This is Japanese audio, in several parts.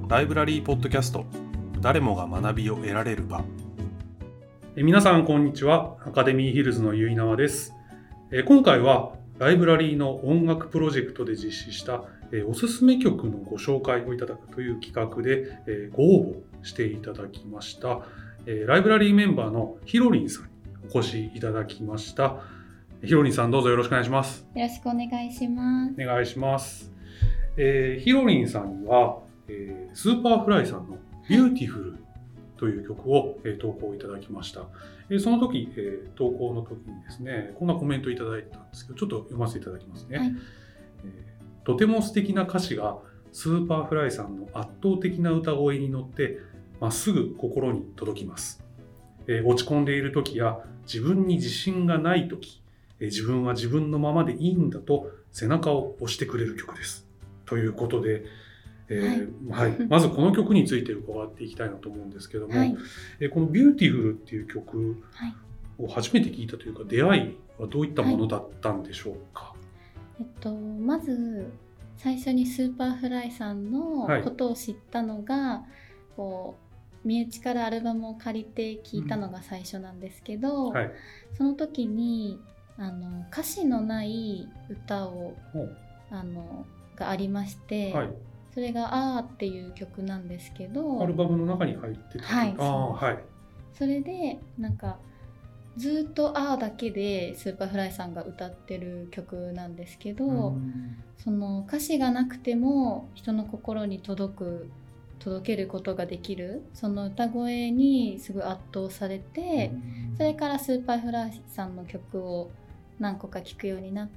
ライブラリーポッドキャスト、誰もが学びを得られる場。皆さんこんにちは。アカデミーヒルズの結菜です。今回はライブラリーの音楽プロジェクトで実施したおすすめ曲のご紹介をいただくという企画でご応募していただきましたライブラリーメンバーのひろりんさんにお越しいただきました。ひろりんさん、どうぞよろしくお願いします。 よろしくお願いします。 お願いします。ひろりんさんには、スーパーフライさんのビューティフルという曲を、投稿いただきました。その時、投稿の時にですね、こんなコメントいただいたんですけど、ちょっと読ませていただきますね。 はい。 とても素敵な歌詞がスーパーフライさんの圧倒的な歌声に乗ってまっすぐ心に届きます。落ち込んでいる時や自分に自信がない時、自分は自分のままでいいんだと背中を押してくれる曲です。ということで、まずこの曲について伺っていきたいなと思うんですけども、このビューティフルっていう曲を初めて聞いたというか、出会いはどういったものだったんでしょうか？ まず最初にスーパーフライさんのことを知ったのが、身内からアルバムを借りて聴いたのが最初なんですけど、その時に歌詞のない歌をがありまして、それが「あー」っていう曲なんですけど、 アルバムの中に入ってた。 それでなんかずっと「あー」だけでスーパーフライさんが歌ってる曲なんですけど、その歌詞がなくても人の心に届けることができるその歌声にすごい圧倒されて、それからスーパーフライさんの曲を何個か聴くようになって、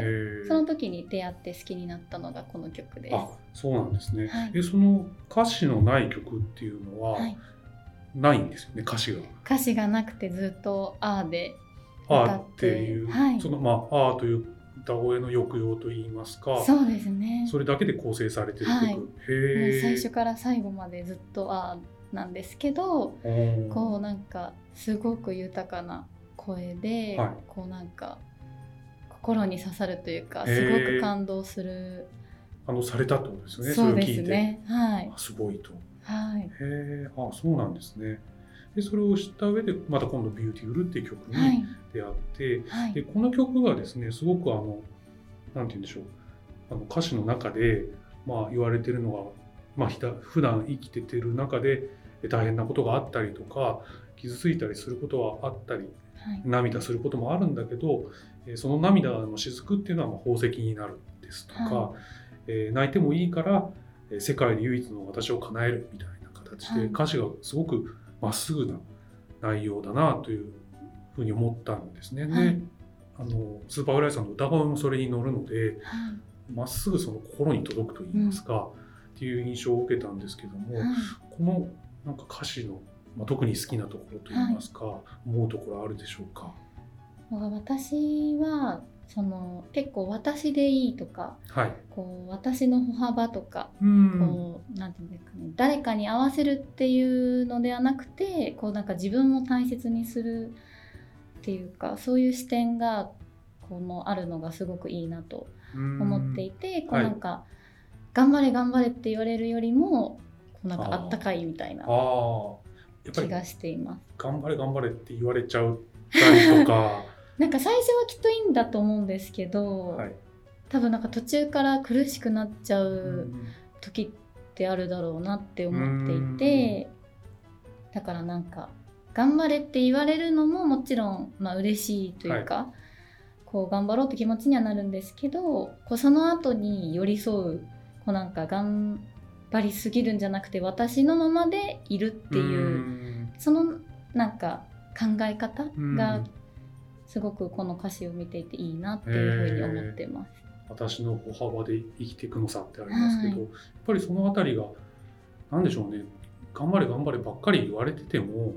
その時に出会って好きになったのがこの曲です。 そうなんですね。その歌詞のない曲っていうのは、ないんですよね。歌詞がなくてずっと「あー」で歌ってっていう、そのあーという歌声の抑揚といいますか、 そうですね、 それだけで構成されてる曲、 最初から最後までずっと「あー」なんですけど、こうなんかすごく豊かな声で、こうなんか心に刺さるというか、すごく感動する。 されたってことですよね。 そうですね。 すごいと。 そうなんですね。でそれを知った上でまた今度「ビューティフル」っていう曲に出会って、でこの曲がですね、すごくなんて言うんでしょう、歌詞の中で言われてるのが、普段生きててる中で大変なことがあったりとか、傷ついたりすることはあったり、涙することもあるんだけど、その涙の雫っていうのは宝石になるですとか、泣いてもいいから世界で唯一の私を叶えるみたいな形で、歌詞がすごくまっすぐな内容だなというふうに思ったんですね。でスーパーフライさんの歌声もそれに乗るので、まっすぐその心に届くといいますか、っていう印象を受けたんですけども、このなんか歌詞の、特に好きなところといいますか、思うところあるでしょうか？ 私は結構私でいいとか、こう私の歩幅とか、こうなんていうんですかね、誰かに合わせるっていうのではなくて、こうなんか自分を大切にするっていうか、そういう視点があるのがすごくいいなと思っていて、こうなんか頑張れ頑張れって言われるよりも、こうなんかあったかいみたいな気がしています。 頑張れ頑張れって言われちゃったりとかなんか最初はきっといいんだと思うんですけど、多分なんか途中から苦しくなっちゃう時ってあるだろうなって思っていて、だからなんか頑張れって言われるのももちろん嬉しいというか、こう頑張ろうって気持ちにはなるんですけど、こうその後に寄り添う、こうなんか頑張りすぎるんじゃなくて私のままでいるっていう、そのなんか考え方がすごくこの歌詞を見ていていいなっていうふうに思ってます。 私の歩幅で生きていくのさってありますけど、やっぱりそのあたりが何でしょうね、頑張れ頑張ればっかり言われてても、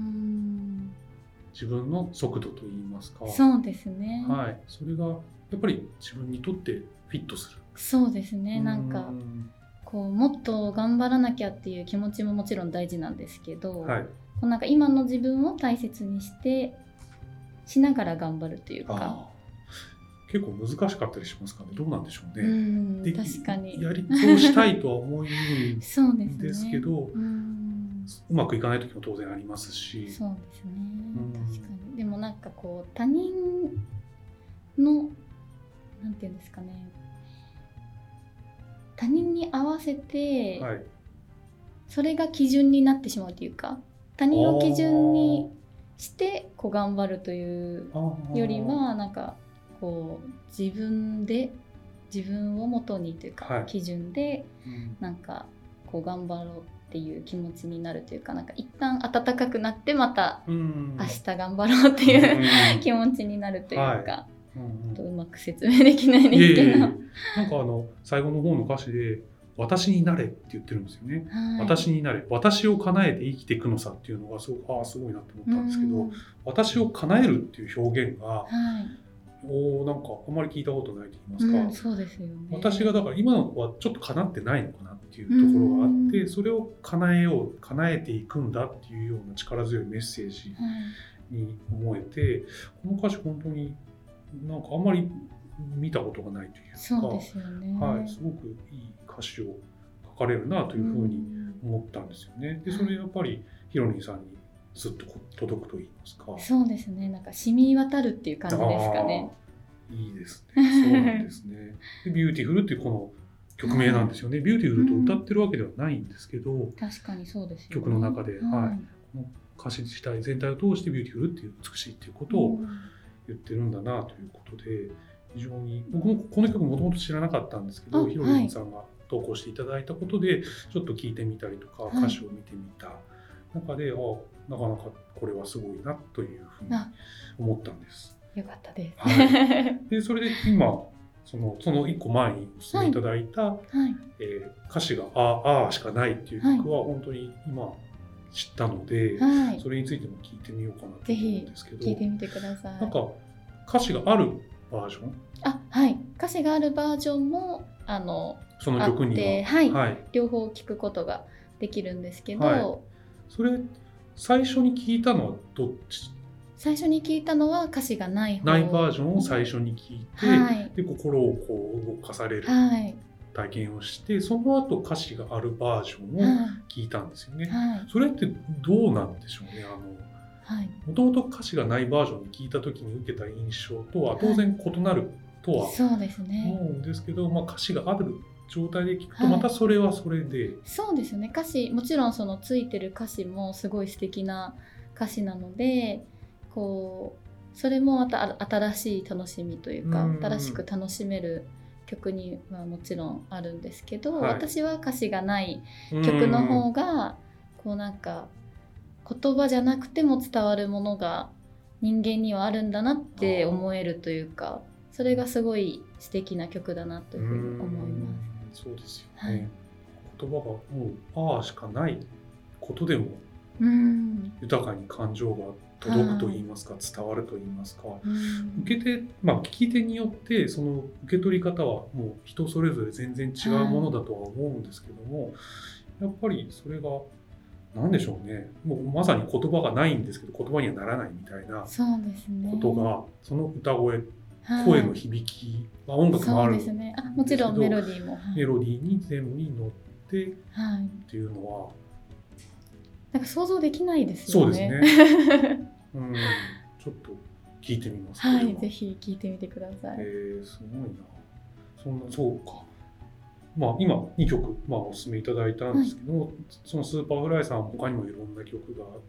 自分の速度といいますか、 そうですね、 それがやっぱり自分にとってフィットする。 そうですね、なんかこうもっと頑張らなきゃっていう気持ちももちろん大事なんですけど、こうなんか今の自分を大切にしながら頑張るというか、 結構難しかったりしますかね。どうなんでしょうね。 確かにそうしたいとは思うんそうですけど、うまくいかない時も当然ありますし。 そうですね、確かに。でもなんかこう他人のなんていうんですかね、他人に合わせて、はい、それが基準になってしまうというか、他人を基準にしてこう頑張るというよりは、なんかこう自分を元にというか、はい、基準でなんかこう頑張ろうっていう気持ちになるというか、なんか一旦暖かくなってまた明日頑張ろうっていう気持ちになるというか、はい、うまく説明できないんですけど、なんか最後の方の歌詞で私になれって言ってるんですよね、はい、私になれ、私を叶えて生きていくのさっていうのがすごいなと思ったんですけど、私を叶えるっていう表現が、はい、なんかあんまり聞いたことないと言いますか、 そうですよね。 私がだから今のはちょっと叶ってないのかなっていうところがあって、それを叶えていくんだっていうような力強いメッセージに思えて、この歌詞本当になんかあんまり見たことがないというか、 そうですよね、 はい、すごくいい歌詞を書かれるなというふうに思ったんですよね。でそれやっぱりひろにさんにずっと届くと言いますか。 そうですね、なんか染み渡るっていう感じですかね。 いいですね。そうなんですね。でビューティフルっていうこの曲名なんですよね。ビューティフルと歌ってるわけではないんですけど、 確かにそうですよね。 曲の中で、はい、この歌詞自体全体を通してビューティフルっていう美しいっていうことを言ってるんだなということで、非常に僕もこの曲もともと知らなかったんですけど、ひろりんさんが投稿していただいたことでちょっと聞いてみたりとか、歌詞を見てみた中で、なかなかこれはすごいなというふうに思ったんです。 よかったです。 はい、でそれで今その1個前にお勧めいただいた、歌詞があしかないっていう曲は本当に今知ったので、それについても聞いてみようかなと思うんですけど、 ぜひ聞いてみてください。 なんか歌詞があるバージョン、 はい、歌詞があるバージョンもその曲には、 はい、両方聞くことができるんですけど、 はい、それ最初に聞いたのはどっち？ 最初に聞いたのは歌詞がないバージョンを最初に聞いて、はい、で心をこう動かされる体験をして、その後歌詞があるバージョンを聞いたんですよね。はい、それってどうなんでしょうね。もともと歌詞がないバージョンに聞いた時に受けた印象とは当然異なるとは思うんですけど、歌詞がある状態で聞くとまたそれはそれで、 そうですね。歌詞もちろんそのついてる歌詞もすごい素敵な歌詞なので、こうそれもまた新しい楽しみというか、新しく楽しめる曲にはもちろんあるんですけど、私は歌詞がない曲の方がこうなんか言葉じゃなくても伝わるものが人間にはあるんだなって思えるというか、それがすごい素敵な曲だなというふうに思います。 そうですよね。言葉がもうしかないことでも豊かに感情が届くと言いますか、伝わると言いますか、聞き手によってその受け取り方はもう人それぞれ全然違うものだとは思うんですけども、やっぱりそれが何でしょうね、もうまさに言葉がないんですけど言葉にはならないみたいなことが、その歌声、声の響き、音楽もあるんですけど、 もちろんメロディーも、 メロディーに全部に乗ってっていうのは、 なんか想像できないですよね。 そうですね。ちょっと聞いてみます。 はい、ぜひ聞いてみてください。 すごいな。そうか。今2曲、お勧めいただいたんですけど、そのスーパーフライさん他にもいろんな曲があって、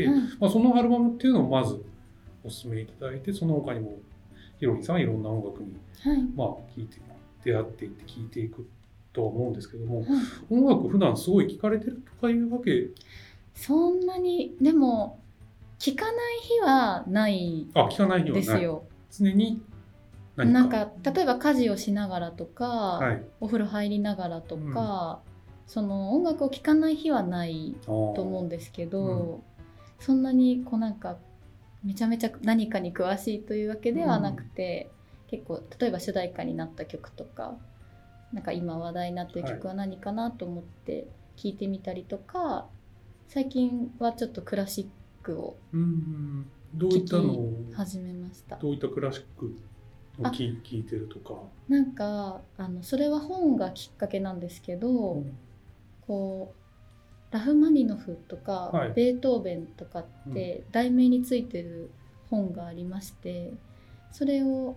そのアルバムっていうのをまずお勧めいただいて、その他にもひろりさんいろんな音楽に、聞いて出会っていって聴いていくとは思うんですけども、音楽普段すごい聴かれてるとかいうわけ？ そんなにでも聴かない日はないですよ。 常になんか例えば家事をしながらとか、お風呂入りながらとか、その音楽を聴かない日はないと思うんですけど、そんなにこうなんかめちゃめちゃ何かに詳しいというわけではなくて、結構例えば主題歌になった曲とか、なんか今話題になってる曲は何かなと思って聴いてみたりとか、最近はちょっとクラシックを聴き始めました。 どういったクラシック聞いてるとか。 なんかそれは本がきっかけなんですけど、こうラフマニノフとか、ベートーベンとかって題名についてる本がありまして、それを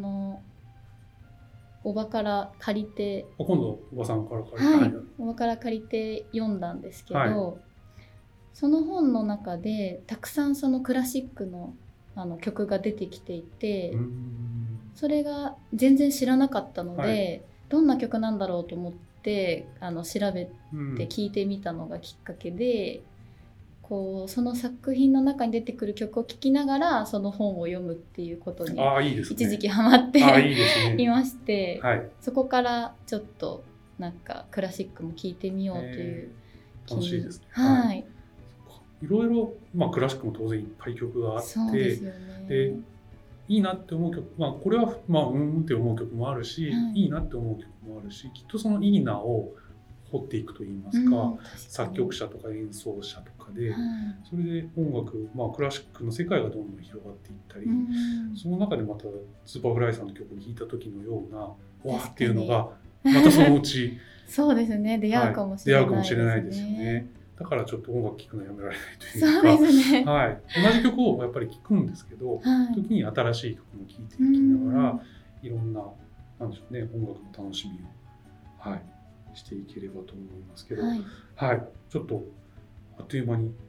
おばから借りて、 今度おばさんから借りて、 おばから借りて読んだんですけど、その本の中でたくさんそのクラシックの曲が出てきていて、それが全然知らなかったので、どんな曲なんだろうと思って調べて聞いてみたのがきっかけで、こうその作品の中に出てくる曲を聴きながらその本を読むっていうことに一時期ハマっていまして、そこからちょっとなんかクラシックも聴いてみようという気に。 楽しいですね。いろいろ、クラシックも当然いっぱい曲があって、 そうですよね。 でいいなって思う曲、これはって思う曲もあるし、いいなって思う曲もあるし、きっとそのいいなを掘っていくといいますか、作曲者とか演奏者とかで、それで音楽、クラシックの世界がどんどん広がっていったり、その中でまたスーパーフライさんの曲を聴いた時のようなわーっていうのがまたそのうちそうですね、出会うかもしれないですね。 だからちょっと音楽聴くのやめられないというか、 そうですね。 同じ曲をやっぱり聴くんですけど、時に新しい曲も聴いていきながら、いろんな、なんでしょうね、音楽の楽しみを、していければと思いますけど、ちょっとあっという間に、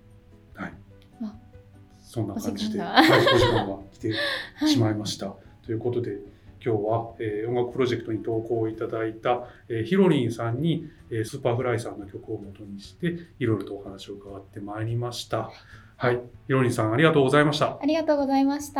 そんな感じで、お時間が来てしまいました。ということで、今日は、音楽プロジェクトに投稿いただいた、ひろりんさんに、スーパーフライさんの曲を元にしていろいろとお話を伺ってまいりました。ひろりんさんありがとうございました。 ありがとうございました。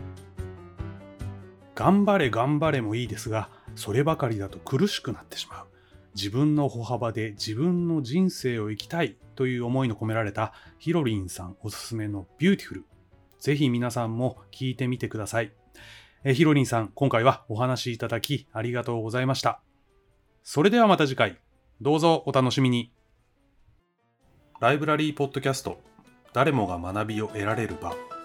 頑張れ頑張れもいいですが、そればかりだと苦しくなってしまう。自分の歩幅で自分の人生を生きたいという思いの込められたひろりんさんおすすめのビューティフル。ぜひ皆さんも聞いてみてください。ひろりんさん、今回はお話いただきありがとうございました。それではまた次回、どうぞお楽しみに。ライブラリーポッドキャスト、誰もが学びを得られる場。